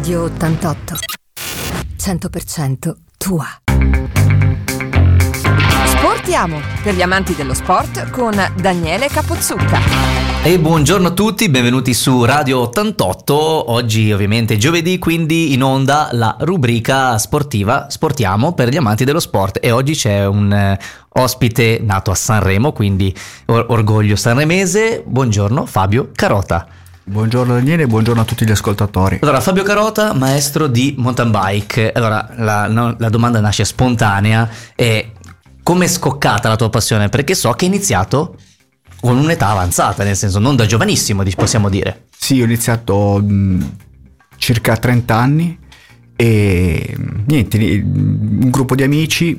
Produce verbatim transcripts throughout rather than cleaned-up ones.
Radio ottantotto, cento per cento tua. Sportiamo, per gli amanti dello sport, con Daniele Capozzucca. E buongiorno a tutti, benvenuti su Radio ottantotto. Oggi ovviamente giovedì, quindi in onda la rubrica sportiva Sportiamo per gli amanti dello sport. E oggi c'è un eh, ospite nato a Sanremo, quindi or- orgoglio sanremese. Buongiorno Fabio Carota. Buongiorno Daniele e buongiorno a tutti gli ascoltatori. Allora, Fabio Carota, maestro di mountain bike. Allora, la, no, la domanda nasce spontanea. E come è scoccata la tua passione? Perché so che hai iniziato con un'età avanzata, nel senso non da giovanissimo, possiamo dire. Sì, ho iniziato mh, circa trenta anni e niente, un gruppo di amici,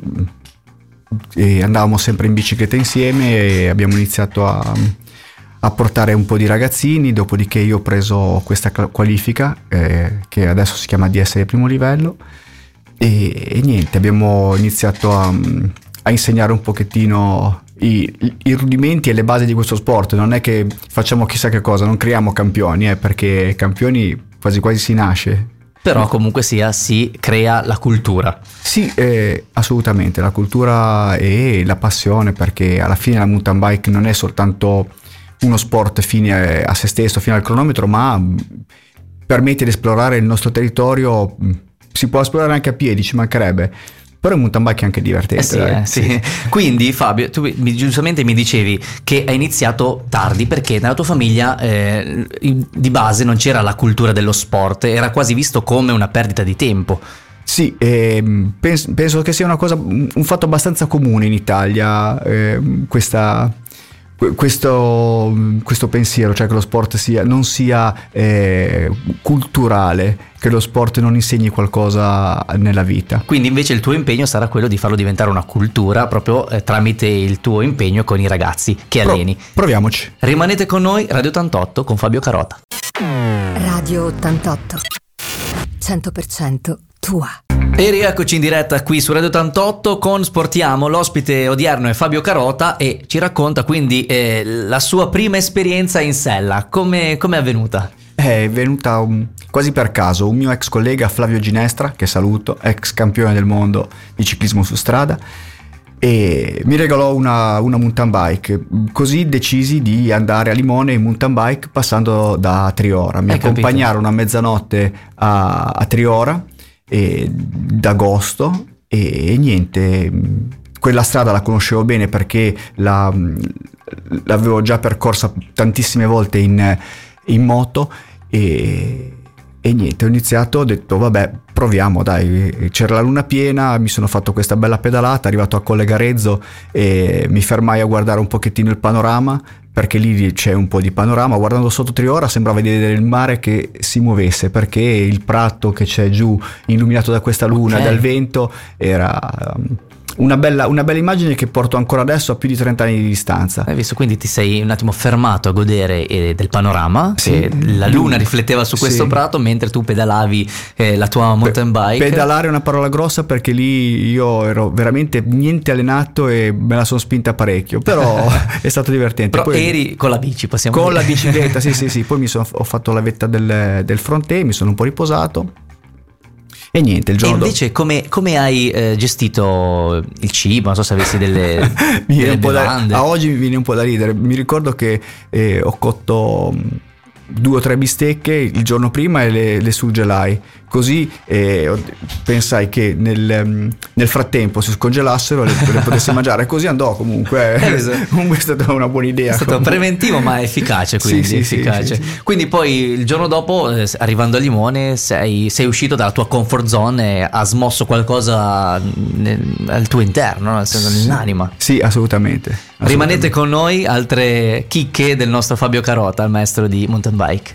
e andavamo sempre in bicicletta insieme e abbiamo iniziato a, a portare un po' di ragazzini, dopodiché io ho preso questa qualifica eh, che adesso si chiama D S I primo livello e, e niente, abbiamo iniziato a, a insegnare un pochettino I, i rudimenti e le basi di questo sport. Non è che facciamo chissà che cosa, non creiamo campioni, eh, perché campioni quasi quasi si nasce. Però comunque sia si crea la cultura. Sì, eh, assolutamente, la cultura e la passione, perché alla fine la mountain bike non è soltanto uno sport fine a se stesso, fine al cronometro, ma permette di esplorare il nostro territorio. Si può esplorare anche a piedi, ci mancherebbe. Però il mountain bike è anche divertente. Eh sì, eh, sì. Sì. Quindi Fabio, tu giustamente mi dicevi che hai iniziato tardi perché nella tua famiglia eh, di base non c'era la cultura dello sport, era quasi visto come una perdita di tempo. Sì, eh, penso, penso che sia una cosa, un fatto abbastanza comune in Italia, eh, questa... Questo, questo pensiero, cioè che lo sport sia, non sia eh, culturale, che lo sport non insegni qualcosa nella vita. Quindi invece il tuo impegno sarà quello di farlo diventare una cultura proprio eh, tramite il tuo impegno con i ragazzi che Pro- alleni. Proviamoci. Rimanete con noi, Radio ottantotto con Fabio Carota. Radio ottantotto, cento per cento tua. E rieccoci in diretta qui su Radio ottantotto con Sportiamo. L'ospite odierno è Fabio Carota e ci racconta quindi eh, la sua prima esperienza in sella. Come è avvenuta? È venuta um, quasi per caso. Un mio ex collega, Flavio Ginestra, che saluto, ex campione del mondo di ciclismo su strada, e mi regalò una, una mountain bike. Così decisi di andare a Limone in mountain bike passando da Triora. Mi Hai accompagnarono capito? a mezzanotte a, a Triora e, d'agosto e, e niente, quella strada la conoscevo bene perché la, l'avevo già percorsa tantissime volte in, in moto e, e niente, ho iniziato, ho detto vabbè proviamo dai, c'era la luna piena, mi sono fatto questa bella pedalata, arrivato a Colle Garezzo e mi fermai a guardare un pochettino il panorama, perché lì c'è un po' di panorama. Guardando sotto Triora sembrava vedere il mare che si muovesse, perché il prato che c'è giù illuminato da questa luna, okay, dal vento, era una bella, una bella immagine che porto ancora adesso a più di trenta anni di distanza. Hai visto, quindi ti sei un attimo fermato a godere eh, del panorama, sì, che la luna rifletteva su questo sì. prato mentre tu pedalavi eh, la tua mountain bike. Pedalare è una parola grossa, perché lì io ero veramente niente allenato e me la sono spinta parecchio, però è stato divertente. Però poi, eri con la bici, possiamo con dire. Con la bicicletta, sì sì sì, poi mi sono, ho fatto la vetta del, del fronte, mi sono un po' riposato. E niente, il giorno E invece dopo... come, come hai eh, gestito il cibo? Non so se avessi delle, mi delle un po' bevande. Da, a oggi mi viene un po' da ridere. Mi ricordo che eh, ho cotto due o tre bistecche il giorno prima e le, le surgelai. Così eh, pensai che nel, nel frattempo si scongelassero e le, le potessi mangiare. Così andò comunque. Eh, comunque è stata una buona idea. È stato comunque. preventivo ma efficace, quindi sì, sì, efficace. Sì, sì, sì. Quindi poi il giorno dopo, eh, arrivando a Limone, sei, sei uscito dalla tua comfort zone e ha smosso qualcosa nel, al tuo interno, no? Nel senso, nell'anima. Sì, assolutamente, assolutamente. Rimanete con noi, altre chicche del nostro Fabio Carota, il maestro di mountain bike.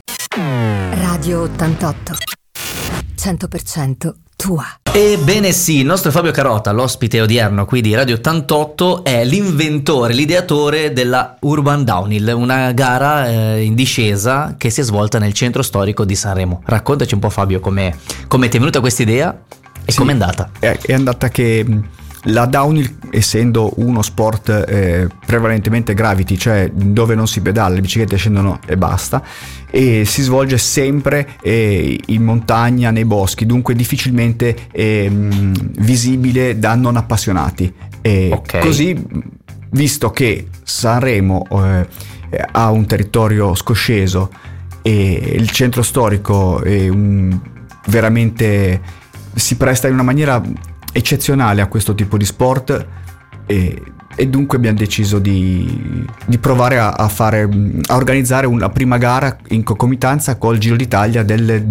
Radio ottantotto, cento per cento tua. Ebbene sì, il nostro Fabio Carota, l'ospite odierno qui di Radio ottantotto, è l'inventore, l'ideatore della Urban Downhill, una gara eh, in discesa che si è svolta nel centro storico di Sanremo. Raccontaci un po', Fabio, come ti è venuta questa idea e sì, com'è andata? È, è andata che la downhill, essendo uno sport eh, prevalentemente gravity, cioè dove non si pedala, le biciclette scendono e basta, e si svolge sempre eh, in montagna, nei boschi, dunque difficilmente eh, visibile da non appassionati. E okay. Così, visto che Sanremo eh, ha un territorio scosceso e il centro storico è un, veramente si presta in una maniera eccezionale a questo tipo di sport, e, e dunque abbiamo deciso di, di provare a, a fare a organizzare una prima gara in concomitanza col Giro d'Italia del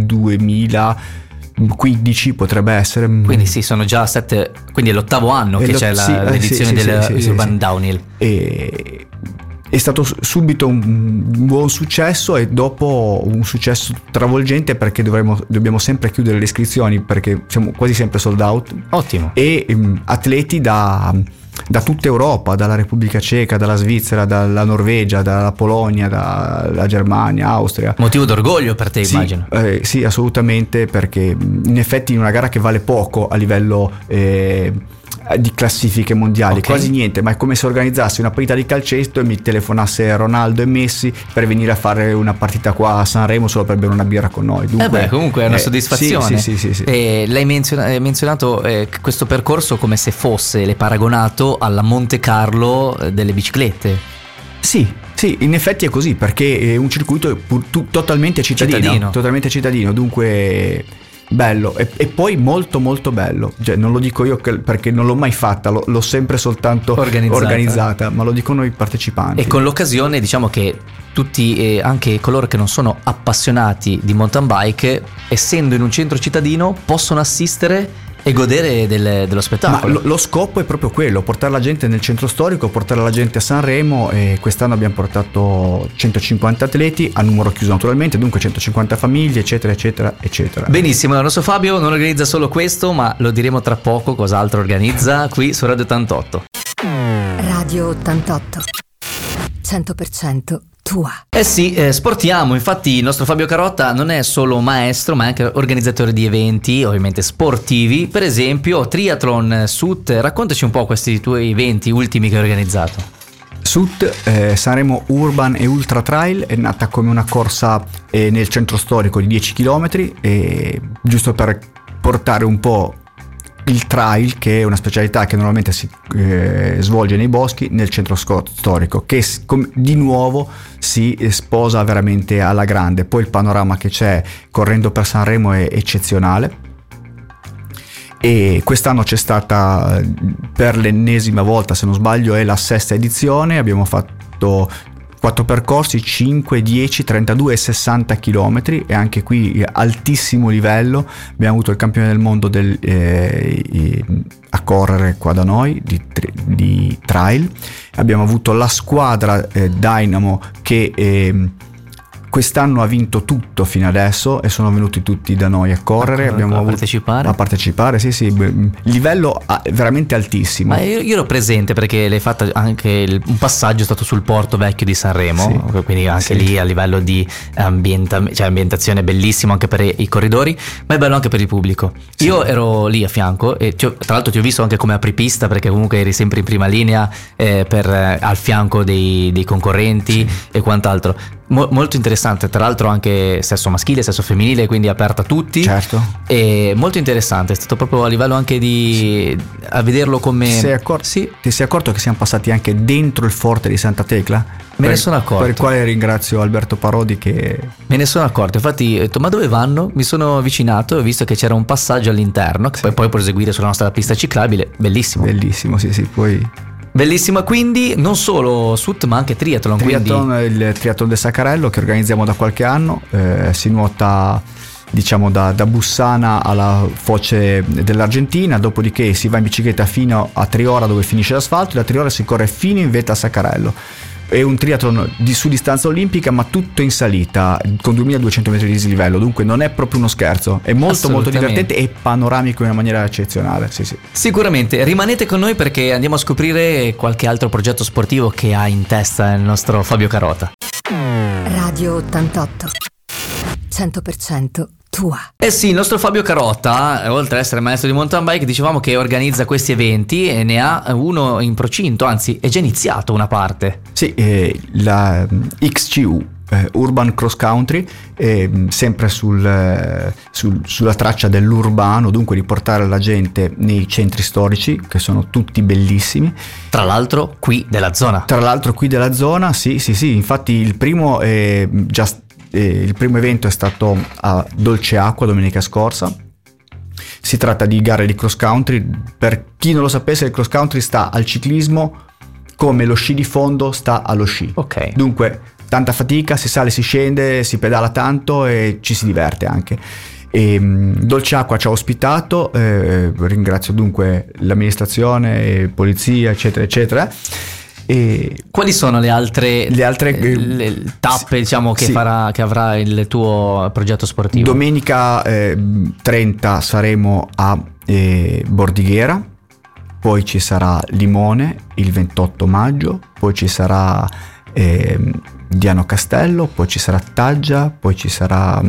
duemilaquindici, potrebbe essere. Quindi sì, sono già sette, quindi è l'ottavo anno che c'è la, sì, l'edizione sì, sì, del sì, sì, Urban sì. Downhill. E è stato subito un buon successo, e dopo un successo travolgente, perché dovremo, dobbiamo sempre chiudere le iscrizioni perché siamo quasi sempre sold out. Ottimo. E um, atleti da, da tutta Europa, dalla Repubblica Ceca, dalla Svizzera, dalla Norvegia, dalla Polonia, dalla Germania, Austria. Motivo d'orgoglio per te, Sì, immagino. eh, sì, assolutamente, perché in effetti in una gara che vale poco a livello eh, di classifiche mondiali, Okay. quasi niente, ma è come se organizzassi una partita di calcetto e mi telefonasse Ronaldo e Messi per venire a fare una partita qua a Sanremo solo per bere una birra con noi. Dunque, Eh beh, comunque è una eh, soddisfazione. Sì, sì, sì, sì, sì. E lei menziona- hai menzionato eh, questo percorso come se fosse, le paragonato alla Monte Carlo eh, delle biciclette. Sì, sì, in effetti è così, perché è un circuito pur- tu- totalmente cittadino, Cittadino. totalmente cittadino, dunque bello, e, e poi molto molto bello, cioè, non lo dico io che- perché non l'ho mai fatta, l'ho, l'ho sempre soltanto Organizzata. organizzata, ma lo dicono i partecipanti. E con l'occasione diciamo che tutti, eh, anche coloro che non sono appassionati di mountain bike, essendo in un centro cittadino, possono assistere e godere del- dello Ma spettacolo. lo, lo scopo è proprio quello, portare la gente nel centro storico, portare la gente a Sanremo, e quest'anno abbiamo portato centocinquanta atleti, a numero chiuso naturalmente, dunque centocinquanta famiglie, eccetera, eccetera, eccetera. Benissimo, il nostro Fabio non organizza solo questo, ma lo diremo tra poco cos'altro organizza qui su Radio ottantotto. Radio ottantotto. cento per cento tua. Eh sì, eh, sportiamo, infatti il nostro Fabio Carotta non è solo maestro ma è anche organizzatore di eventi, ovviamente sportivi, per esempio Triathlon S U T, raccontaci un po' questi tuoi eventi ultimi che hai organizzato. S U T, eh, Sanremo Urban e Ultra Trail, è nata come una corsa eh, nel centro storico di dieci chilometri, e giusto per portare un po' il trail, che è una specialità che normalmente si eh, svolge nei boschi, nel centro sco- storico, che s- com- di nuovo si eh, sposa veramente alla grande. Poi il panorama che c'è correndo per Sanremo è eccezionale, e quest'anno c'è stata, per l'ennesima volta se non sbaglio, è la sesta edizione. Abbiamo fatto quattro percorsi, cinque, dieci, trentadue e sessanta chilometri, e anche qui altissimo livello. Abbiamo avuto il campione del mondo del, eh, a correre qua da noi di, di trail, abbiamo avuto la squadra eh, Dynamo che eh, quest'anno ha vinto tutto fino adesso, e sono venuti tutti da noi a correre, A, abbiamo a avuto, partecipare. a partecipare, sì sì, beh, livello ah, veramente altissimo. Ma io, io ero presente perché l'hai fatta anche il- un passaggio è stato sul Porto Vecchio di Sanremo, Sì. quindi anche Sì. lì a livello di ambienta- cioè ambientazione bellissimo anche per i, i corridori, ma è bello anche per il pubblico. Sì. Io ero lì a fianco e ti ho- tra l'altro ti ho visto anche come apripista, perché comunque eri sempre in prima linea eh, per, eh, al fianco dei, dei concorrenti e quant'altro. Mo- molto interessante, tra l'altro anche sesso maschile, sesso femminile, quindi aperta a tutti. Certo. E molto interessante, è stato proprio a livello anche di a vederlo come Ti sei, accor- sì, ti sei accorto che siamo passati anche dentro il forte di Santa Tecla? Me ne Per- sono accorto. Per il quale ringrazio Alberto Parodi che... me ne sono accorto, infatti ho detto ma dove vanno? Mi sono avvicinato e ho visto che c'era un passaggio all'interno che Sì. poi puoi proseguire sulla nostra pista ciclabile, bellissimo. Bellissimo, sì sì, poi... Bellissima, quindi non solo S U T ma anche triathlon, Triathlon, quindi il triathlon del Saccarello che organizziamo da qualche anno, eh, si nuota diciamo da, da Bussana alla foce dell'Argentina, dopodiché si va in bicicletta fino a Triora dove finisce l'asfalto, e da Triora si corre fino in vetta a Saccarello. È un triathlon di, su distanza olimpica, ma tutto in salita con duemiladuecento metri di dislivello, dunque non è proprio uno scherzo, è molto molto Assolutamente. divertente e panoramico in una maniera eccezionale. Sì, sì. sicuramente rimanete con noi perché andiamo a scoprire qualche altro progetto sportivo che ha in testa il nostro Fabio Carota. Radio ottantotto. cento per cento tua. Eh sì, il nostro Fabio Carotta, oltre ad essere maestro di mountain bike, dicevamo che organizza questi eventi e ne ha uno in procinto, anzi è già iniziato una parte. Sì, eh, la X C U, eh, Urban Cross Country, eh, sempre sul, eh, sul, sulla traccia dell'urbano, dunque di portare la gente nei centri storici, che sono tutti bellissimi. Tra l'altro qui della zona. Tra l'altro qui della zona, sì, sì, sì, infatti il primo è già... Eh, il primo evento è stato a Dolce Acqua domenica scorsa. Si tratta di gare di cross country. Per chi non lo sapesse, il cross country sta al ciclismo come lo sci di fondo sta allo sci. Ok. Dunque tanta fatica, si sale, si scende, si pedala tanto e ci si diverte anche. E, um, Dolce Acqua ci ha ospitato, eh, ringrazio dunque l'amministrazione, polizia, eccetera eccetera. E quali sono le altre, le altre eh, le tappe, sì, diciamo, che, sì. farà, che avrà il tuo progetto sportivo? Domenica eh, trenta saremo a eh, Bordighera, poi ci sarà Limone il ventotto maggio, poi ci sarà eh, Diano Castello, poi ci sarà Taggia, poi ci sarà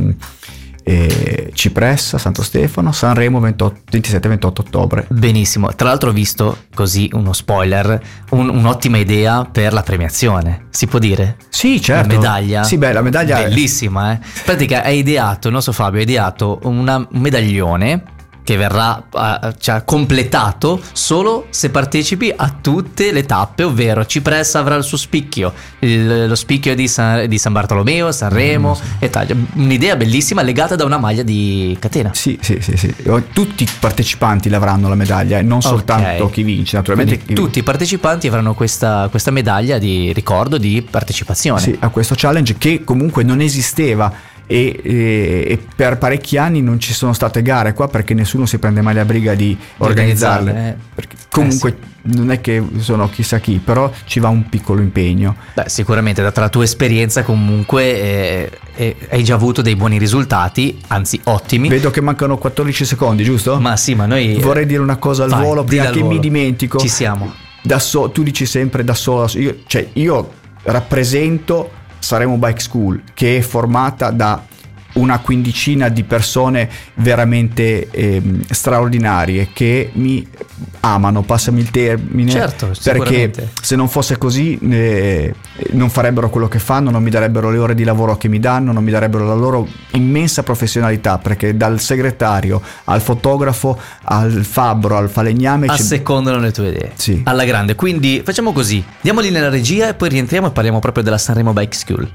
eh, Cipressa, Santo Stefano, Sanremo ventisette ventotto ottobre. Benissimo, tra l'altro ho visto, così uno spoiler, un, un'ottima idea per la premiazione, si può dire? Sì, certo. La medaglia? Sì, beh, la medaglia bellissima, eh. In pratica hai ideato, il nostro Fabio ha ideato una, un medaglione che verrà uh, cioè, completato solo se partecipi a tutte le tappe, ovvero Cipressa avrà il suo spicchio, il, lo spicchio di San, di San Bartolomeo, Sanremo, mm, sì. e Taglia. Un'idea bellissima legata da una maglia di catena. Sì, sì, sì, sì. Tutti i partecipanti l'avranno la medaglia, e non soltanto okay. chi vince, naturalmente. Quindi tutti i partecipanti avranno questa, questa medaglia di ricordo di partecipazione. Sì, a questo challenge che comunque non esisteva. E, e, e per parecchi anni non ci sono state gare qua perché nessuno si prende mai la briga di organizzarle, eh. perché comunque eh sì. non è che sono chissà chi, però ci va un piccolo impegno. Beh, sicuramente data la tua esperienza comunque eh, eh, hai già avuto dei buoni risultati, anzi ottimi. Vedo che mancano quattordici secondi, giusto? Ma sì, ma noi vorrei dire una cosa al vai, volo prima che volo. mi dimentico. Ci siamo. Da so, tu dici sempre da solo, io, cioè io rappresento Sanremo Bike School, che è formata da una quindicina di persone veramente eh, straordinarie che mi amano, passami il termine, certo, perché se non fosse così eh, non farebbero quello che fanno, non mi darebbero le ore di lavoro che mi danno, non mi darebbero la loro immensa professionalità, perché dal segretario al fotografo al fabbro al falegname assecondano le tue idee, sì. alla grande. Quindi facciamo così, diamoli nella regia e poi rientriamo e parliamo proprio della Sanremo Bike School.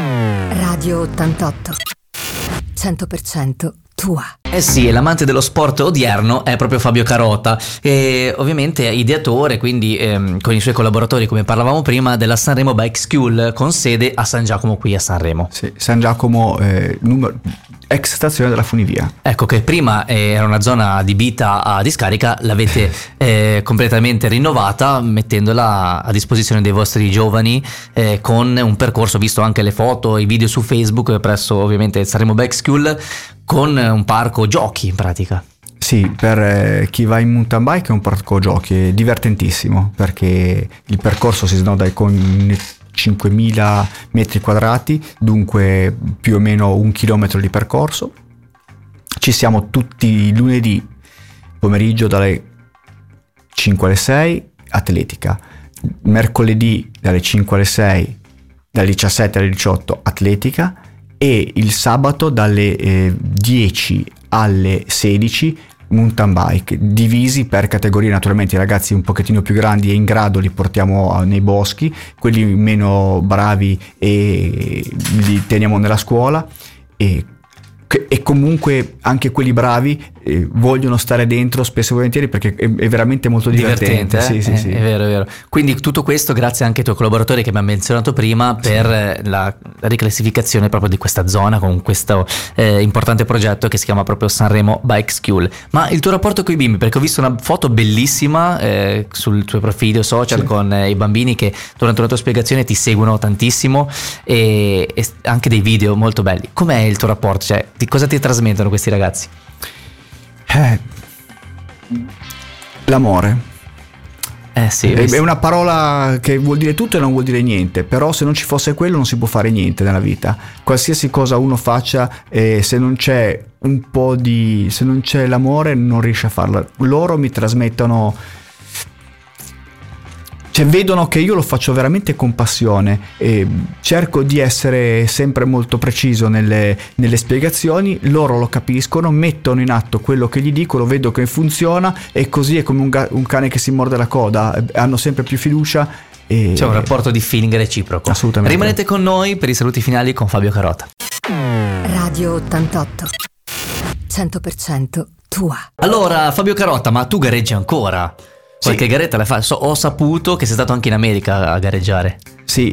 Radio ottantotto cento per cento tua. Eh sì, l'amante dello sport odierno è proprio Fabio Carotta, e ovviamente è ideatore, quindi ehm, con i suoi collaboratori, come parlavamo prima, della Sanremo Bike School con sede a San Giacomo qui a Sanremo. Sì, San Giacomo, eh, numero, ex stazione della funivia. Ecco che prima era una zona adibita a discarica, l'avete eh, completamente rinnovata mettendola a disposizione dei vostri giovani eh, con un percorso, visto anche le foto, i video su Facebook presso ovviamente Sanremo Bike School, con un parco giochi in pratica. Sì, per eh, chi va in mountain bike è un parco giochi, è divertentissimo perché il percorso si snoda con cinquemila metri quadrati, dunque più o meno un chilometro di percorso. Ci siamo tutti i lunedì pomeriggio dalle cinque alle sei, atletica, mercoledì dalle cinque alle sei, dalle diciassette alle diciotto atletica, e il sabato dalle eh, dieci alle sedici mountain bike, divisi per categorie. Naturalmente i ragazzi un pochettino più grandi e in grado li portiamo nei boschi, quelli meno bravi e li teniamo nella scuola, e, e comunque anche quelli bravi eh, vogliono stare dentro spesso e volentieri perché è, è veramente molto divertente, divertente eh? sì, sì, eh, sì. È vero, è vero. Quindi tutto questo grazie anche ai tuoi collaboratori che abbiamo menzionato prima per sì. la riclassificazione proprio di questa zona con questo eh, importante progetto che si chiama proprio Sanremo Bike School. Ma il tuo rapporto con i bimbi, perché ho visto una foto bellissima eh, sul tuo profilo social sì. con eh, i bambini che durante la tua spiegazione ti seguono tantissimo, e, e anche dei video molto belli. Com'è il tuo rapporto? Cioè, di cosa ti trasmettono questi ragazzi? Eh, l'amore, Eh sì, è, è una parola che vuol dire tutto e non vuol dire niente, però se non ci fosse quello non si può fare niente nella vita. Qualsiasi cosa uno faccia, eh, se non c'è un po' di se non c'è l'amore non riesce a farla. Loro mi trasmettono, cioè vedono che io lo faccio veramente con passione e cerco di essere sempre molto preciso nelle, nelle spiegazioni. Loro lo capiscono, mettono in atto quello che gli dico, lo vedo che funziona, e così è come un, ga- un cane che si morde la coda, hanno sempre più fiducia e... C'è un rapporto di feeling reciproco. Assolutamente. Rimanete con noi per i saluti finali con Fabio Carota. Radio ottantotto, cento per cento tua. Allora Fabio Carota, ma tu gareggi ancora? Qualche Sì. garetta la fa? So, ho saputo che sei stato anche in America a gareggiare. Sì,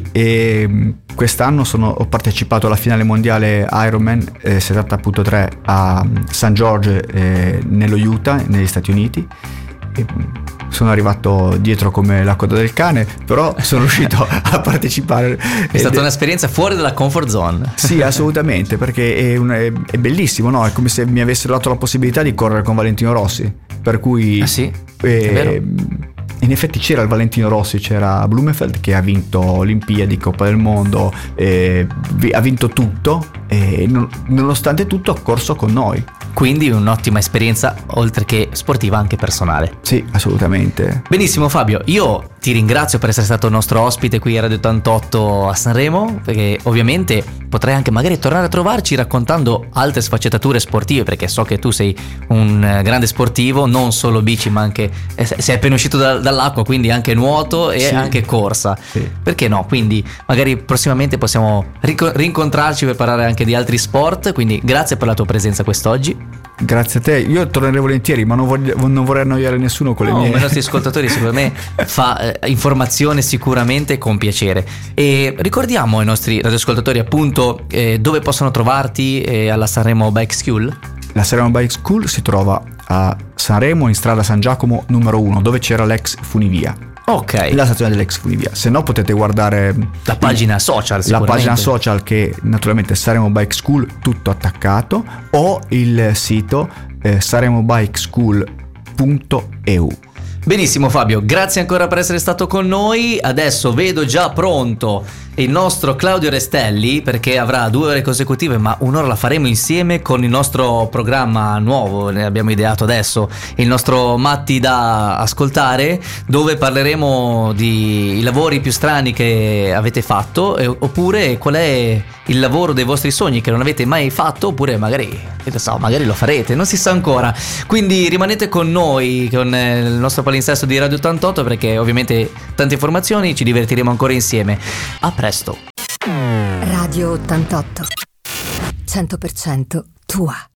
e quest'anno sono, ho partecipato alla finale mondiale Ironman eh, settanta tre a San George eh, nello Utah, negli Stati Uniti. E sono arrivato dietro come la coda del cane, però sono riuscito a partecipare. È stata un'esperienza fuori dalla comfort zone. Sì, assolutamente, perché è, un, è, è bellissimo, no? È come se mi avessero dato la possibilità di correre con Valentino Rossi, per cui... Ah sì? eh, È vero. In effetti c'era il Valentino Rossi, c'era Blumenfeld che ha vinto Olimpiadi, Coppa del Mondo, eh, vi- ha vinto tutto e non- nonostante tutto ha corso con noi. Quindi un'ottima esperienza, oltre che sportiva, anche personale. Sì, assolutamente. Benissimo Fabio, io ti ringrazio per essere stato il nostro ospite qui a Radio ottantotto a Sanremo, perché ovviamente potrai anche magari tornare a trovarci raccontando altre sfaccettature sportive, perché so che tu sei un eh, grande sportivo, non solo bici ma anche eh, sei appena uscito da- dall'acqua, quindi anche nuoto e Sì. anche corsa. Sì. Perché no? Quindi magari prossimamente possiamo rico- rincontrarci per parlare anche di altri sport, quindi grazie per la tua presenza quest'oggi. Grazie a te, io tornerei volentieri, ma non, voglio- non vorrei annoiare nessuno con le No, mie... ma i nostri ascoltatori secondo me fa eh, informazione sicuramente con piacere. E ricordiamo ai nostri radioascoltatori appunto eh, dove possono trovarti eh, alla Sanremo Bike School. La Sanremo Bike School si trova a Sanremo in strada San Giacomo numero uno, dove c'era l'ex Funivia, Ok, la stazione dell'ex Funivia. Se no potete guardare la pagina social la sicuramente. pagina social, che naturalmente è Sanremo Bike School tutto attaccato, o il sito eh, saremobikeschool punto e u. Benissimo Fabio, grazie ancora per essere stato con noi. Adesso vedo già pronto il nostro Claudio Restelli, perché avrà due ore consecutive, ma un'ora la faremo insieme con il nostro programma nuovo, ne abbiamo ideato adesso, il nostro Matti da ascoltare, dove parleremo di i lavori più strani che avete fatto, eh, oppure qual è il lavoro dei vostri sogni che non avete mai fatto, oppure magari, che ne so, magari lo farete, non si sa ancora. Quindi rimanete con noi, con eh, il nostro palinsesto di Radio ottantotto, perché ovviamente tante informazioni, ci divertiremo ancora insieme. A presto. Radio ottantotto, cento per cento tua.